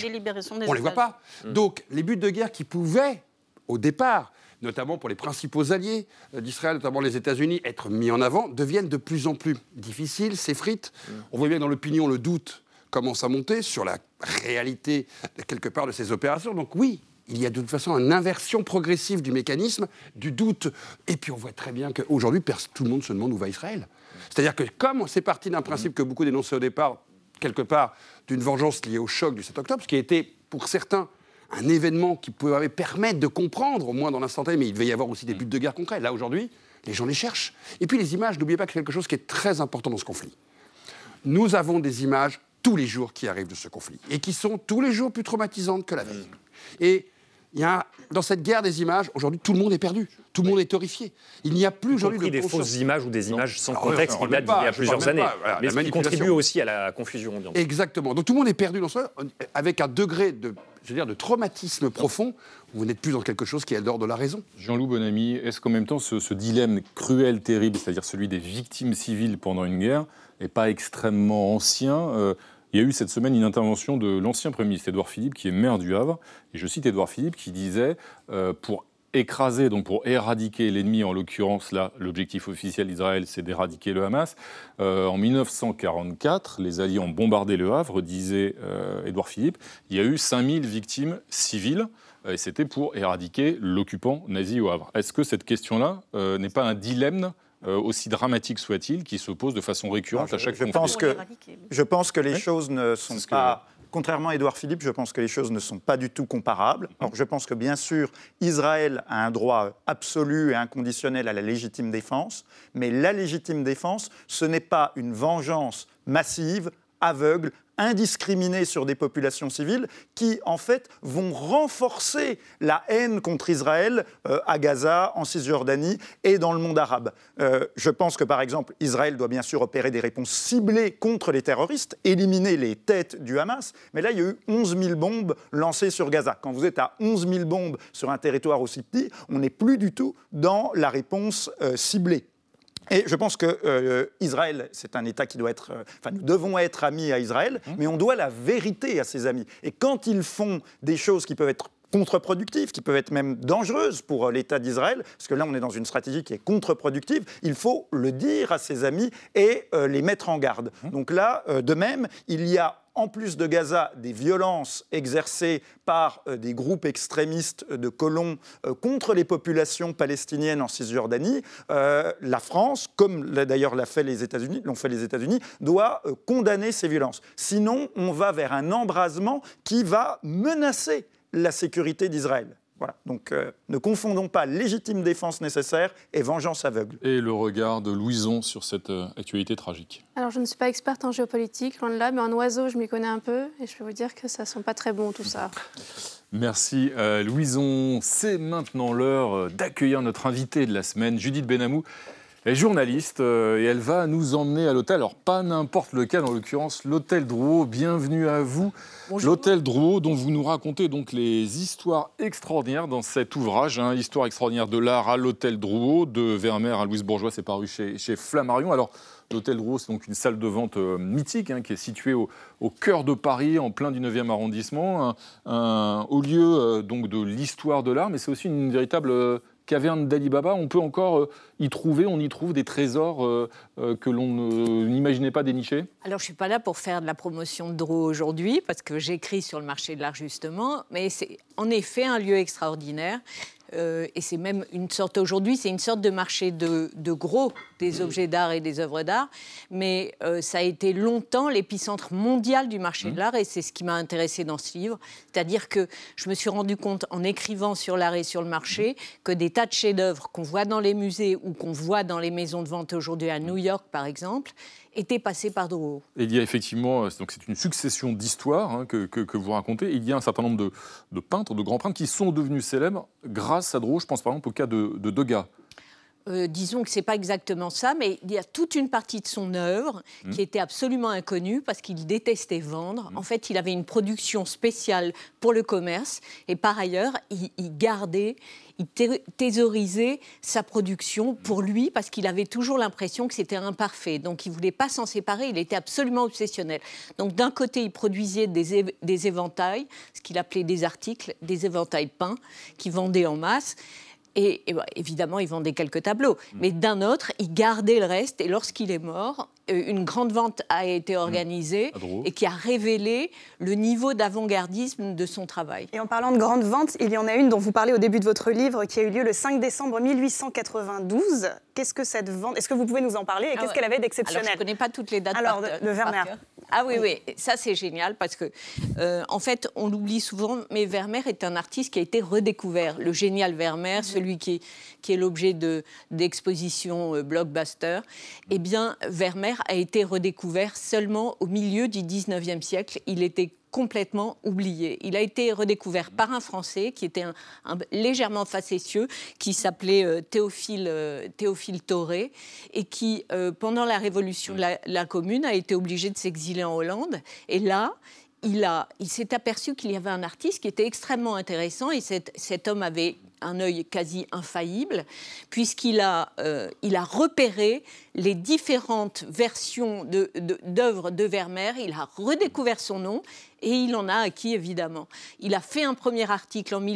Speaker 5: on les voit pas. Donc les buts de guerre qui pouvaient, au départ, notamment pour les principaux alliés d'Israël, notamment les États-Unis, être mis en avant, deviennent de plus en plus difficiles, s'effritent. On voit bien dans l'opinion, le doute commence à monter sur la réalité, quelque part, de ces opérations. Donc oui, il y a de toute façon une inversion progressive du mécanisme, du doute. Et puis on voit très bien qu'aujourd'hui, tout le monde se demande où va Israël. C'est-à-dire que comme c'est parti d'un principe que beaucoup dénonçaient au départ, quelque part, d'une vengeance liée au choc du 7 octobre, ce qui a été, pour certains, un événement qui pouvait permettre de comprendre, au moins dans l'instantané, mais il devait y avoir aussi des buts de guerre concrets. Là, aujourd'hui, les gens les cherchent. Et puis les images, n'oubliez pas que c'est quelque chose qui est très important dans ce conflit. Nous avons des images tous les jours qui arrivent de ce conflit, et qui sont tous les jours plus traumatisantes que la veille. Et il y a, dans cette guerre des images, aujourd'hui, tout le monde est perdu. Tout le monde est horrifié. Il n'y a plus aujourd'hui de
Speaker 4: des fausses images ou des images sans contexte qui datent d'il y a plusieurs années.
Speaker 5: Voilà,
Speaker 4: mais ce qui contribue aussi à la confusion ambiante.
Speaker 5: Exactement. Donc tout le monde est perdu dans ça, avec un degré de traumatisme profond. Vous n'êtes plus dans quelque chose qui est d'ordre de la raison.
Speaker 1: Jean-Loup Bonamy, est-ce qu'en même temps, ce dilemme cruel, terrible, c'est-à-dire celui des victimes civiles pendant une guerre, n'est pas extrêmement ancien Il y a eu cette semaine une intervention de l'ancien Premier ministre Édouard Philippe, qui est maire du Havre, et je cite Édouard Philippe, qui disait pour écraser, donc pour éradiquer l'ennemi, en l'occurrence là, l'objectif officiel d'Israël, c'est d'éradiquer le Hamas. En 1944, les Alliés ont bombardé le Havre, disait Édouard Philippe. Il y a eu 5000 victimes civiles, et c'était pour éradiquer l'occupant nazi au Havre. Est-ce que cette question-là n'est pas un dilemme aussi dramatique soit-il, qui se pose de façon récurrente à chaque conflit?
Speaker 7: Je pense que les choses ne sont pas... Contrairement à Édouard Philippe, je pense que les choses ne sont pas du tout comparables. Alors, je pense que, bien sûr, Israël a un droit absolu et inconditionnel à la légitime défense, mais la légitime défense, ce n'est pas une vengeance massive, aveugle, indiscriminée sur des populations civiles qui, en fait, vont renforcer la haine contre Israël à Gaza, en Cisjordanie et dans le monde arabe. Je pense que, par exemple, Israël doit bien sûr opérer des réponses ciblées contre les terroristes, éliminer les têtes du Hamas, mais là, il y a eu 11 000 bombes lancées sur Gaza. Quand vous êtes à 11 000 bombes sur un territoire aussi petit, on n'est plus du tout dans la réponse ciblée. Et je pense que Israël, c'est un État qui doit être... nous devons être amis à Israël, mais on doit la vérité à ses amis. Et quand ils font des choses qui peuvent être contre-productives, qui peuvent être même dangereuses pour l'État d'Israël, parce que là, on est dans une stratégie qui est contre-productive, il faut le dire à ses amis et les mettre en garde. Donc là, de même, il y a en plus de Gaza, des violences exercées par des groupes extrémistes de colons contre les populations palestiniennes en Cisjordanie, la France, comme d'ailleurs l'ont fait les États-Unis, doit condamner ces violences. Sinon, on va vers un embrasement qui va menacer la sécurité d'Israël. Voilà. Donc, ne confondons pas légitime défense nécessaire et vengeance aveugle.
Speaker 1: Et le regard de Louison sur cette actualité tragique.
Speaker 8: Alors, je ne suis pas experte en géopolitique, loin de là, mais en oiseaux, je m'y connais un peu, et je peux vous dire que ça ne sent pas très bon, tout ça.
Speaker 1: Merci Louison. C'est maintenant l'heure d'accueillir notre invitée de la semaine, Judith Benamou. Elle est journaliste et elle va nous emmener à l'hôtel. Alors pas n'importe lequel, en l'occurrence l'hôtel Drouot. Bienvenue à vous. Bonjour. L'hôtel Drouot dont vous nous racontez donc les histoires extraordinaires dans cet ouvrage, Histoire extraordinaire de l'art à l'hôtel Drouot, de Vermeer à Louise Bourgeois, c'est paru chez Flammarion. Alors l'hôtel Drouot, c'est donc une salle de vente mythique qui est située au cœur de Paris, en plein 19e arrondissement, au lieu donc de l'histoire de l'art, mais c'est aussi une véritable caverne d'Ali Baba. On peut encore y trouve des trésors que l'on n'imaginait pas dénicher.
Speaker 12: Alors je ne suis pas là pour faire de la promotion de Drouot aujourd'hui, parce que j'écris sur le marché de l'art justement, mais c'est en effet un lieu extraordinaire. Et c'est même une sorte, aujourd'hui, c'est une sorte de marché de gros des objets d'art et des œuvres d'art, mais ça a été longtemps l'épicentre mondial du marché de l'art, et c'est ce qui m'a intéressée dans ce livre. C'est-à-dire que je me suis rendu compte, en écrivant sur l'art et sur le marché, que des tas de chefs-d'œuvre qu'on voit dans les musées ou qu'on voit dans les maisons de vente aujourd'hui à New York, par exemple, étaient passés par Drouot.
Speaker 1: Et il y a effectivement, donc c'est une succession d'histoires que vous racontez. Il y a un certain nombre de peintres, de grands peintres qui sont devenus célèbres grâce à Drouot. Je pense par exemple au cas de Degas.
Speaker 12: Disons que ce n'est pas exactement ça, mais il y a toute une partie de son œuvre qui était absolument inconnue parce qu'il détestait vendre. En fait, il avait une production spéciale pour le commerce et par ailleurs, il gardait, il thésaurisait sa production pour lui parce qu'il avait toujours l'impression que c'était imparfait. Donc, il ne voulait pas s'en séparer, il était absolument obsessionnel. Donc, d'un côté, il produisait des éventails, ce qu'il appelait des articles, des éventails peints qu'il vendait en masse. Et évidemment, il vendait quelques tableaux. Mais d'un autre, il gardait le reste. Et lorsqu'il est mort, une grande vente a été organisée et qui a révélé le niveau d'avant-gardisme de son travail.
Speaker 10: Et en parlant de grande vente, il y en a une dont vous parlez au début de votre livre qui a eu lieu le 5 décembre 1892. Qu'est-ce que cette vente ? Est-ce que vous pouvez nous en parler et qu'est-ce qu'elle avait d'exceptionnel ?
Speaker 12: Alors, je ne connais pas toutes les dates
Speaker 10: de Vermeer.
Speaker 12: Ah oui, ça c'est génial parce que, en fait, on l'oublie souvent, mais Vermeer est un artiste qui a été redécouvert. Le génial Vermeer, celui qui est l'objet d'expositions blockbuster, eh bien, Vermeer a été redécouvert seulement au milieu du 19e siècle. Il était complètement oublié. Il a été redécouvert par un Français qui était légèrement facétieux, qui s'appelait Théophile Thoré, et qui, pendant la Révolution de la Commune, a été obligé de s'exiler en Hollande. Et là, il s'est aperçu qu'il y avait un artiste qui était extrêmement intéressant, et cet homme avait un œil quasi infaillible, puisqu'il a repéré les différentes versions d'œuvres de Vermeer, il a redécouvert son nom, et il en a acquis, évidemment. Il a fait un premier article en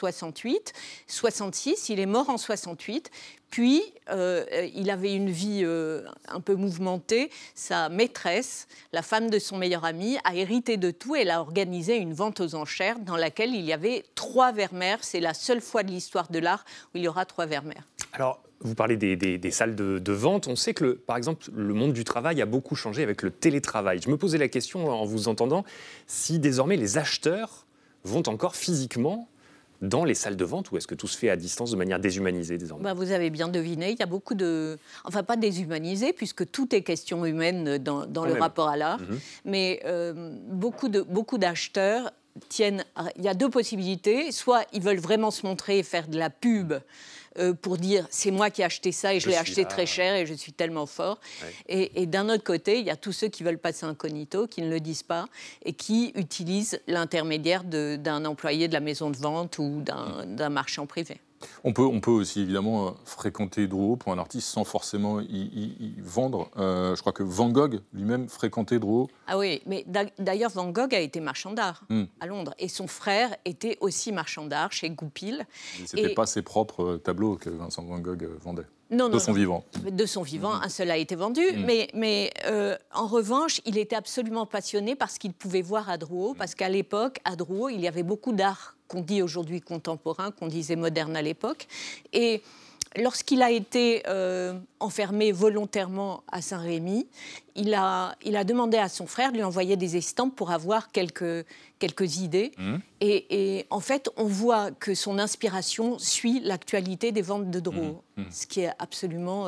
Speaker 12: 1866, il est mort en 68, puis il avait une vie un peu mouvementée. Sa maîtresse, la femme de son meilleur ami, a hérité de tout. Elle a organisé une vente aux enchères dans laquelle il y avait 3 Vermeer. C'est la seule fois de l'histoire de l'art où il y aura 3 Vermeer.
Speaker 4: Alors, vous parlez des salles de vente. On sait que, par exemple, le monde du travail a beaucoup changé avec le télétravail. Je me posais la question, en vous entendant, si désormais les acheteurs vont encore physiquement dans les salles de vente, ou est-ce que tout se fait à distance de manière déshumanisée désormais ?
Speaker 12: Vous avez bien deviné, il y a beaucoup de... Enfin, pas déshumanisé, puisque tout est question humaine dans le rapport à l'art, mais beaucoup d'acheteurs tiennent... Il y a 2 possibilités. Soit ils veulent vraiment se montrer et faire de la pub pour dire « c'est moi qui ai acheté ça et je l'ai acheté très cher et je suis tellement fort ». Et d'un autre côté, il y a tous ceux qui veulent passer incognito, qui ne le disent pas et qui utilisent l'intermédiaire d'un employé de la maison de vente ou d'un marchand privé.
Speaker 1: On peut aussi évidemment fréquenter Drouot pour un artiste sans forcément y vendre. Je crois que Van Gogh lui-même fréquentait Drouot.
Speaker 12: Ah oui, mais d'ailleurs Van Gogh a été marchand d'art à Londres et son frère était aussi marchand d'art chez Goupil.
Speaker 1: Ce n'étaient pas ses propres tableaux que Vincent Van Gogh vendait.
Speaker 12: De
Speaker 1: son vivant.
Speaker 12: De son vivant, un seul a été vendu. Mais en revanche, il était absolument passionné par ce qu'il pouvait voir à Drouot, parce qu'à l'époque, à Drouot, il y avait beaucoup d'art qu'on dit aujourd'hui contemporain, qu'on disait moderne à l'époque. Et lorsqu'il a été enfermé volontairement à Saint-Rémy, il a demandé à son frère de lui envoyer des estampes pour avoir quelques idées. Et en fait, on voit que son inspiration suit l'actualité des ventes de Drouot, ce qui est absolument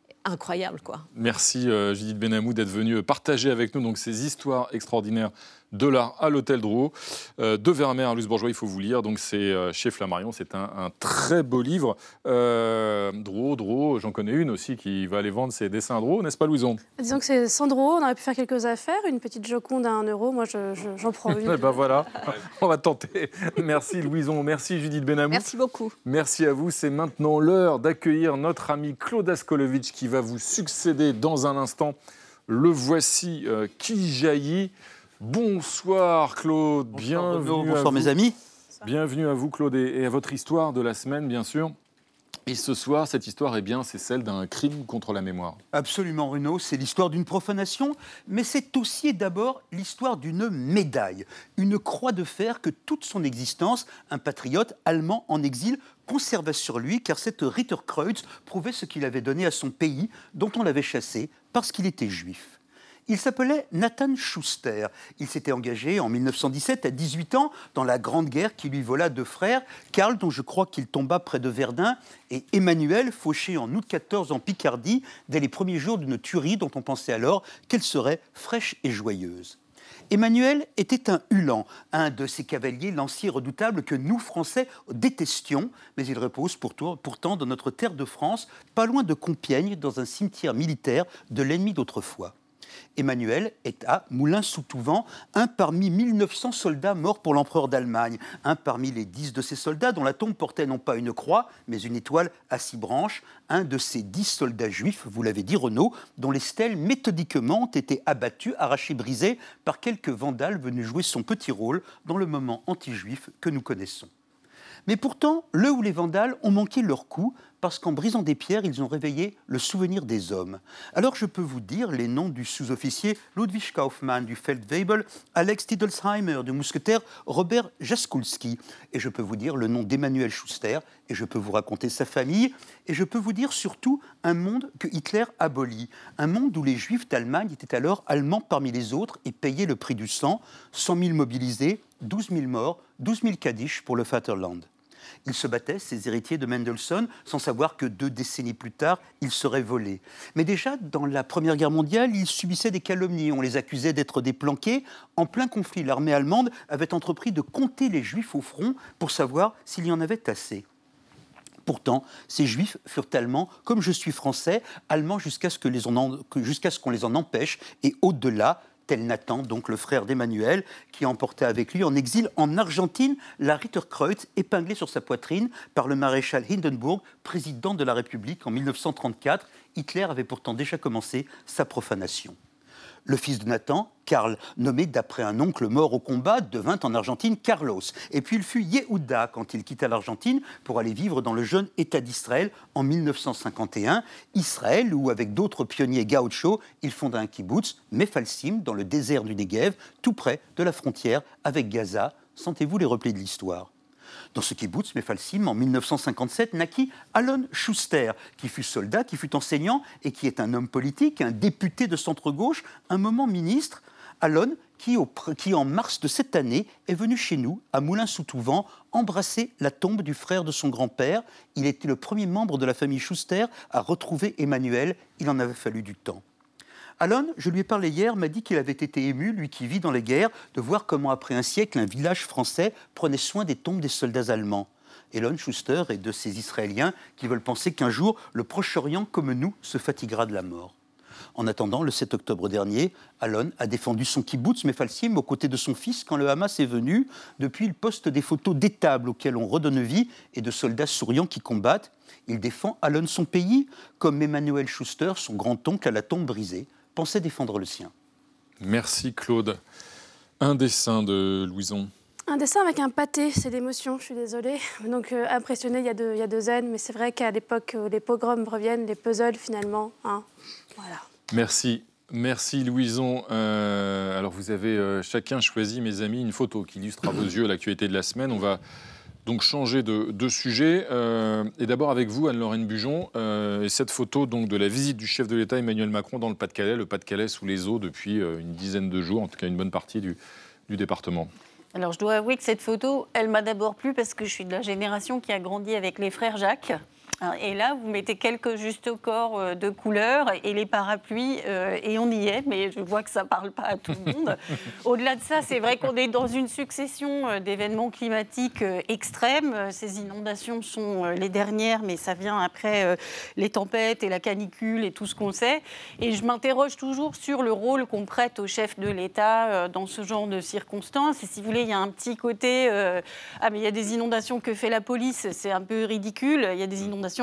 Speaker 12: incroyable, quoi.
Speaker 1: Merci Judith Benamou d'être venue partager avec nous donc, ces histoires extraordinaires $ à l'hôtel Drouot de Vermeer. Luce Bourgeois, il faut vous lire. Donc c'est chez Flammarion. C'est un très beau livre. Drouot, j'en connais une aussi qui va aller vendre ses dessins à Drouot, n'est-ce pas, Louison?
Speaker 8: Disons que c'est sans Drouot, on aurait pu faire quelques affaires. Une petite Joconde à 1 €, moi j'en prends une.
Speaker 1: Ben voilà, on va tenter. Merci Louison, merci Judith Benamou.
Speaker 12: Merci beaucoup.
Speaker 1: Merci à vous. C'est maintenant l'heure d'accueillir notre ami Claude Askolovitch qui va vous succéder dans un instant. Le voici qui jaillit. Bonsoir Claude, bienvenue.
Speaker 13: Bonsoir mes amis.
Speaker 1: Bienvenue à vous Claude et à votre histoire de la semaine bien sûr. Et ce soir, cette histoire, c'est celle d'un crime contre la mémoire.
Speaker 13: Absolument Renaud, c'est l'histoire d'une profanation, mais c'est aussi et d'abord l'histoire d'une médaille, une croix de fer que toute son existence, un patriote allemand en exil, conservait sur lui, car cette Ritterkreuz prouvait ce qu'il avait donné à son pays, dont on l'avait chassé, parce qu'il était juif. Il s'appelait Nathan Schuster. Il s'était engagé en 1917 à 18 ans dans la Grande Guerre qui lui vola 2 frères, Karl, dont je crois qu'il tomba près de Verdun, et Emmanuel, fauché en août 14 en Picardie, dès les premiers jours d'une tuerie dont on pensait alors qu'elle serait fraîche et joyeuse. Emmanuel était un Ulan, un de ces cavaliers lanciers redoutables que nous, Français, détestions, mais il repose pourtant dans notre terre de France, pas loin de Compiègne, dans un cimetière militaire de l'ennemi d'autrefois. Emmanuel est à Moulins-sous-Touvent, un parmi 1900 soldats morts pour l'empereur d'Allemagne, un parmi les 10 de ces soldats dont la tombe portait non pas une croix, mais une étoile à 6 branches, un de ces 10 soldats juifs, vous l'avez dit Renaud, dont les stèles méthodiquement ont été abattues, arrachées, brisées par quelques vandales venus jouer son petit rôle dans le moment anti-juif que nous connaissons. Mais pourtant, le ou les vandales ont manqué leur coup parce qu'en brisant des pierres, ils ont réveillé le souvenir des hommes. Alors je peux vous dire les noms du sous-officier Ludwig Kaufmann du Feldwebel, Alex Tidelsheimer du mousquetaire Robert Jaskulski. Et je peux vous dire le nom d'Emmanuel Schuster, et je peux vous raconter sa famille, et je peux vous dire surtout un monde que Hitler abolit. Un monde où les Juifs d'Allemagne étaient alors allemands parmi les autres et payaient le prix du sang, 100 000 mobilisés, 12 000 morts, 12 000 Kaddish pour le Vaterland. Ils se battaient, ces héritiers de Mendelssohn, sans savoir que 2 décennies plus tard, ils seraient volés. Mais déjà, dans la Première Guerre mondiale, ils subissaient des calomnies. On les accusait d'être des planqués. En plein conflit, l'armée allemande avait entrepris de compter les Juifs au front pour savoir s'il y en avait assez. Pourtant, ces Juifs furent allemands, comme je suis français, allemands jusqu'à ce qu'on les en empêche, et au-delà, tel Nathan, donc le frère d'Emmanuel, qui emportait avec lui en exil en Argentine la Ritterkreuz épinglée sur sa poitrine par le maréchal Hindenburg, président de la République en 1934. Hitler avait pourtant déjà commencé sa profanation. Le fils de Nathan, Karl, nommé d'après un oncle mort au combat, devint en Argentine Carlos. Et puis il fut Yehuda quand il quitta l'Argentine pour aller vivre dans le jeune État d'Israël en 1951. Israël, où avec d'autres pionniers gauchos, il fonda un kibbutz, Mefalsim, dans le désert du Negev, tout près de la frontière avec Gaza. Sentez-vous les replets de l'histoire? Dans ce kibbutz Mefalsim, en 1957, naquit Alon Schuster, qui fut soldat, qui fut enseignant et qui est un homme politique, un député de centre-gauche, un moment ministre. Alon, qui en mars de cette année est venu chez nous, à Moulins-sous-Touvent, embrasser la tombe du frère de son grand-père. Il était le premier membre de la famille Schuster à retrouver Emmanuel. Il en avait fallu du temps. Alon, je lui ai parlé hier, m'a dit qu'il avait été ému, lui qui vit dans les guerres, de voir comment après un siècle, un village français prenait soin des tombes des soldats allemands. Alon Schuster est de ces Israéliens qui veulent penser qu'un jour, le Proche-Orient, comme nous, se fatiguera de la mort. En attendant, le 7 octobre dernier, Alon a défendu son kibbutz Mefalsim aux côtés de son fils quand le Hamas est venu. Depuis, il poste des photos d'étables auxquelles on redonne vie et de soldats souriants qui combattent. Il défend Alon son pays, comme Emmanuel Schuster, son grand-oncle à la tombe brisée, pensait défendre le sien.
Speaker 1: Merci Claude. Un dessin de Louison.
Speaker 8: Un dessin avec un pâté, c'est l'émotion, je suis désolée. Donc impressionné, il y a deux zen, mais c'est vrai qu'à l'époque où les pogroms reviennent, les puzzles finalement, hein, voilà.
Speaker 1: Merci. Merci Louison. Alors vous avez chacun choisi, mes amis, une photo qui illustre à vos yeux l'actualité de la semaine. On va donc changer de sujet. Et d'abord avec vous, Anne-Lorraine Bujon, et cette photo donc, de la visite du chef de l'État Emmanuel Macron dans le Pas-de-Calais, sous les eaux depuis une dizaine de jours, en tout cas une bonne partie du département.
Speaker 3: Alors je dois avouer que cette photo, elle m'a d'abord plu parce que je suis de la génération qui a grandi avec les frères Jacques. Et là, vous mettez quelques justes corps de couleurs et les parapluies, et on y est, mais je vois que ça ne parle pas à tout le monde. Au-delà de ça, c'est vrai qu'on est dans une succession d'événements climatiques extrêmes. Ces inondations sont les dernières, mais ça vient après les tempêtes et la canicule et tout ce qu'on sait. Et je m'interroge toujours sur le rôle qu'on prête au chef de l'État dans ce genre de circonstances. Et si vous voulez, il y a un petit côté ah, mais il y a des inondations, que fait la police? C'est un peu ridicule. Il y a des inondations,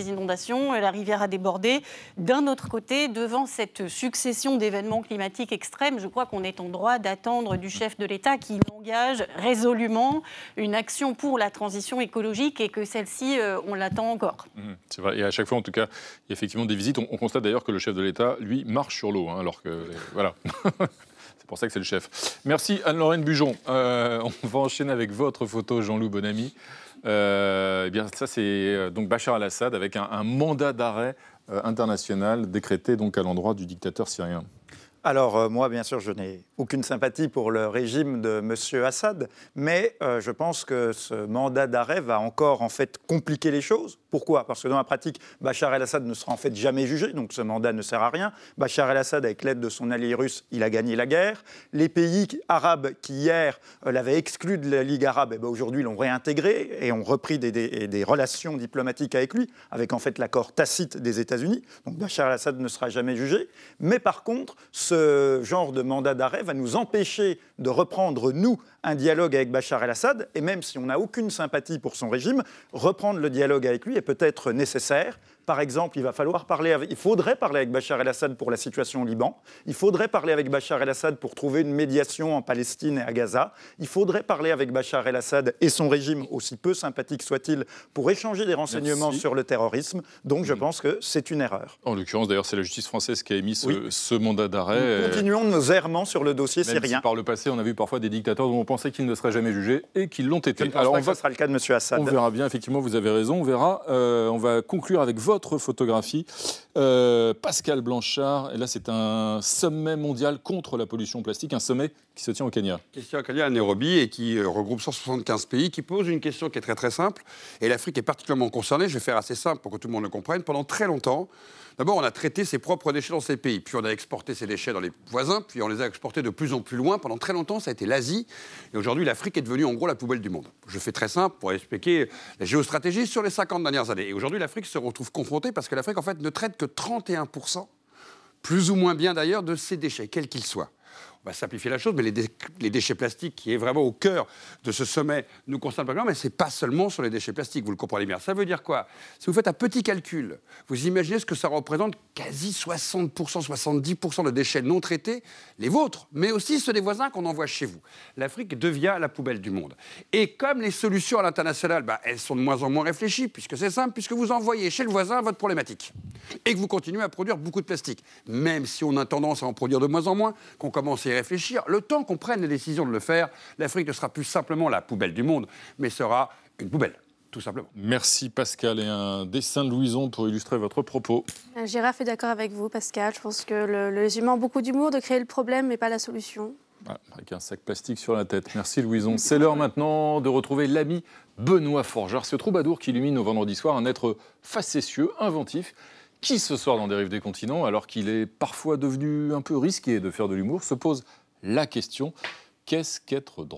Speaker 3: la rivière a débordé. D'un autre côté, devant cette succession d'événements climatiques extrêmes, je crois qu'on est en droit d'attendre du chef de l'État qu'il engage résolument une action pour la transition écologique et que celle-ci, on l'attend encore.
Speaker 1: C'est vrai. Et à chaque fois, en tout cas, il y a effectivement des visites. On constate d'ailleurs que le chef de l'État, lui, marche sur l'eau, alors que... Voilà. C'est pour ça que c'est le chef. Merci Anne-Lorraine Bujon. On va enchaîner avec votre photo, Jean-Loup Bonamy. Eh bien, ça, c'est donc Bachar el-Assad avec un mandat d'arrêt international décrété donc à l'endroit du dictateur syrien.
Speaker 7: Alors, moi, bien sûr, je n'ai aucune sympathie pour le régime de M. Assad, mais je pense que ce mandat d'arrêt va encore, en fait, compliquer les choses. Pourquoi ? Parce que dans la pratique, Bachar el-Assad ne sera en fait jamais jugé, donc ce mandat ne sert à rien. Bachar el-Assad, avec l'aide de son allié russe, il a gagné la guerre. Les pays arabes qui, hier, l'avaient exclu de la Ligue arabe, eh bien, aujourd'hui, l'ont réintégré et ont repris des relations diplomatiques avec lui, avec, en fait, l'accord tacite des États-Unis. Donc, Bachar el-Assad ne sera jamais jugé. Mais par contre, ce genre de mandat d'arrêt va nous empêcher de reprendre, nous, un dialogue avec Bachar el-Assad, et même si on n'a aucune sympathie pour son régime, reprendre le dialogue avec lui est peut-être nécessaire. Par exemple, il faudrait parler avec Bachar el-Assad pour la situation au Liban. Il faudrait parler avec Bachar el-Assad pour trouver une médiation en Palestine et à Gaza. Il faudrait parler avec Bachar el-Assad et son régime, aussi peu sympathique soit-il, pour échanger des renseignements sur le terrorisme. Donc je pense que c'est une erreur. En l'occurrence, d'ailleurs, c'est la justice française qui a émis ce mandat d'arrêt. Nous continuons nos errements sur le dossier syrien.
Speaker 1: Si par le passé, on a vu parfois des dictateurs dont on pensait qu'ils ne seraient jamais jugés et qu'ils l'ont été.
Speaker 7: Alors, ça sera le cas de M. Assad.
Speaker 1: On verra bien, effectivement, vous avez raison. On verra. On va conclure avec votre photographie. Pascal Blanchard, et là c'est un sommet mondial contre la pollution plastique, un sommet qui se tient au Kenya.
Speaker 5: Qui se tient au Kenya, à Nairobi, et qui regroupe 175 pays, qui pose une question qui est très très simple. Et l'Afrique est particulièrement concernée. Je vais faire assez simple pour que tout le monde le comprenne. Pendant très longtemps, d'abord on a traité ses propres déchets dans ces pays, puis on a exporté ces déchets dans les voisins, puis on les a exportés de plus en plus loin. Pendant très longtemps, ça a été l'Asie. Et aujourd'hui, l'Afrique est devenue en gros la poubelle du monde. Je fais très simple pour expliquer la géostratégie sur les 50 dernières années. Et aujourd'hui, l'Afrique se retrouve confrontée parce que l'Afrique, en fait, ne traite que 31%, plus ou moins bien d'ailleurs, de ses déchets, quels qu'ils soient. On va simplifier la chose, mais les déchets plastiques, qui est vraiment au cœur de ce sommet, nous concernent pas, mais ce n'est pas seulement sur les déchets plastiques, vous le comprenez bien. Ça veut dire quoi ? Si vous faites un petit calcul, vous imaginez ce que ça représente quasi 60%, 70% de déchets non traités, les vôtres, mais aussi ceux des voisins qu'on envoie chez vous. L'Afrique devient la poubelle du monde. Et comme les solutions à l'international, elles sont de moins en moins réfléchies, puisque c'est simple, puisque vous envoyez chez le voisin votre problématique. Et que vous continuez à produire beaucoup de plastique. Même si on a tendance à en produire de moins en moins, qu'on commence à y réfléchir, le temps qu'on prenne les décisions de le faire, l'Afrique ne sera plus simplement la poubelle du monde, mais sera une poubelle, tout simplement.
Speaker 1: Merci Pascal, et un dessin de Louison pour illustrer votre propos.
Speaker 8: Gérard est d'accord avec vous, Pascal. Je pense que les humains ont beaucoup d'humour de créer le problème, mais pas la solution.
Speaker 1: Voilà, avec un sac plastique sur la tête. Merci Louison. C'est l'heure maintenant de retrouver l'ami Benoît Forgeard, ce troubadour qui illumine au vendredi soir un être facétieux, inventif, qui ce soir dans Dérive des continents, alors qu'il est parfois devenu un peu risqué de faire de l'humour, se pose la question, qu'est-ce qu'être drôle ?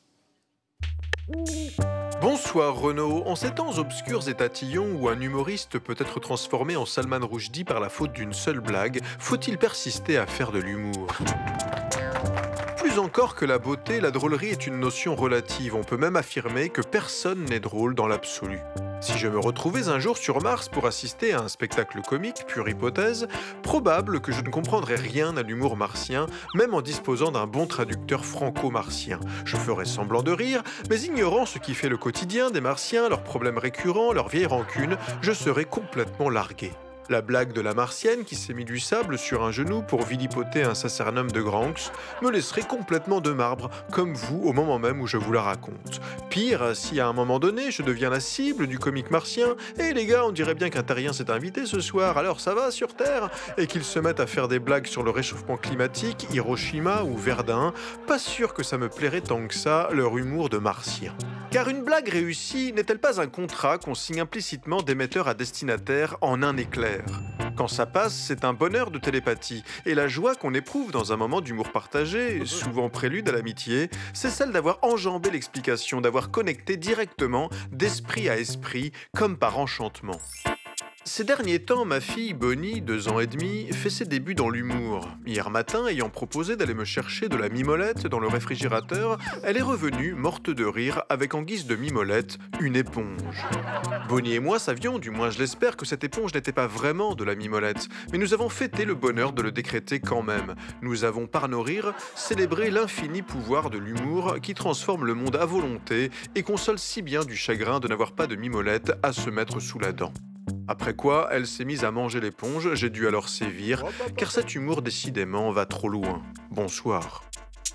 Speaker 14: Bonsoir Renaud. En ces temps obscurs et tatillons où un humoriste peut être transformé en Salman Rushdie par la faute d'une seule blague, faut-il persister à faire de l'humour ? Plus encore que la beauté, la drôlerie est une notion relative. On peut même affirmer que personne n'est drôle dans l'absolu. Si je me retrouvais un jour sur Mars pour assister à un spectacle comique, pure hypothèse, probable que je ne comprendrais rien à l'humour martien, même en disposant d'un bon traducteur franco-martien. Je ferais semblant de rire, mais ignorant ce qui fait le quotidien des Martiens, leurs problèmes récurrents, leurs vieilles rancunes, je serais complètement largué. La blague de la Martienne qui s'est mis du sable sur un genou pour vilipauter un sacernum de Granx me laisserait complètement de marbre, comme vous au moment même où je vous la raconte. Pire, si à un moment donné je deviens la cible du comique martien, et les gars, on dirait bien qu'un terrien s'est invité ce soir, alors ça va sur Terre, et qu'ils se mettent à faire des blagues sur le réchauffement climatique, Hiroshima ou Verdun, pas sûr que ça me plairait tant que ça, leur humour de martien. Car une blague réussie n'est-elle pas un contrat qu'on signe implicitement d'émetteur à destinataire en un éclair ? Quand ça passe, c'est un bonheur de télépathie. Et la joie qu'on éprouve dans un moment d'humour partagé, souvent prélude à l'amitié, c'est celle d'avoir enjambé l'explication, d'avoir connecté directement d'esprit à esprit, comme par enchantement. Ces derniers temps, ma fille Bonnie, 2 ans et demi, fait ses débuts dans l'humour. Hier matin, ayant proposé d'aller me chercher de la mimolette dans le réfrigérateur, elle est revenue, morte de rire, avec en guise de mimolette, une éponge. Bonnie et moi savions, du moins je l'espère, que cette éponge n'était pas vraiment de la mimolette, mais nous avons fêté le bonheur de le décréter quand même. Nous avons, par nos rires, célébré l'infini pouvoir de l'humour qui transforme le monde à volonté et console si bien du chagrin de n'avoir pas de mimolette à se mettre sous la dent. Après quoi, elle s'est mise à manger l'éponge, j'ai dû alors sévir, car cet humour décidément va trop loin. Bonsoir.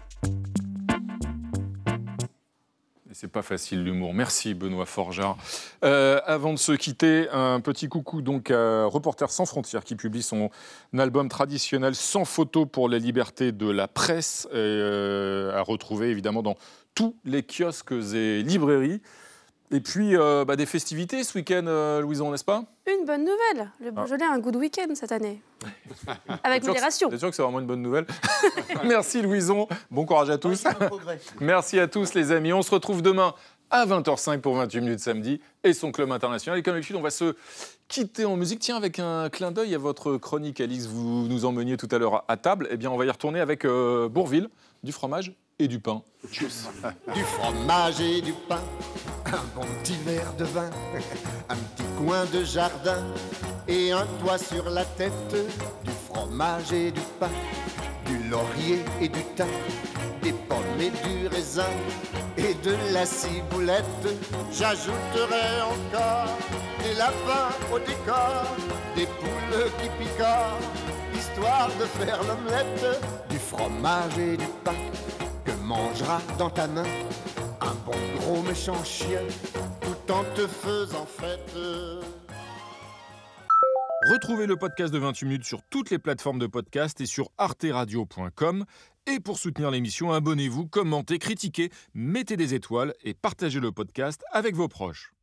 Speaker 1: C'est pas facile l'humour. Merci Benoît Forgeard. Avant de se quitter, un petit coucou donc à Reporters sans frontières qui publie son album traditionnel Sans photo pour la liberté de la presse, à retrouver évidemment dans tous les kiosques et librairies. Et puis des festivités ce week-end, Louison, n'est-ce pas ?
Speaker 8: Une bonne nouvelle. Le Beaujolais a un good week-end cette année. Avec modération.
Speaker 1: C'est sûr que c'est vraiment une bonne nouvelle. Merci Louison. Bon courage à tous. Merci à tous les amis. On se retrouve demain à 20h05 pour 28 minutes samedi et son club international. Et comme d'habitude, on va se quitter en musique. Tiens, avec un clin d'œil à votre chronique, Alix, vous nous emmeniez tout à l'heure à table. Eh bien, on va y retourner avec Bourvil, du fromage et du pain. Tchuss.
Speaker 15: Du fromage et du pain, un bon petit verre de vin, un petit coin de jardin et un toit sur la tête. Du fromage et du pain, du laurier et du thym, des pommes et du raisin et de la ciboulette. J'ajouterai encore des lapins au décor, des poules qui picorent, histoire de faire l'omelette. Du fromage et du pain que mangeras dans ta main un bon gros méchant chien tout en te faisant fête.
Speaker 1: Retrouvez le podcast de 28 minutes sur toutes les plateformes de podcast et sur arteradio.com. Et pour soutenir l'émission, abonnez-vous, commentez, critiquez, mettez des étoiles et partagez le podcast avec vos proches.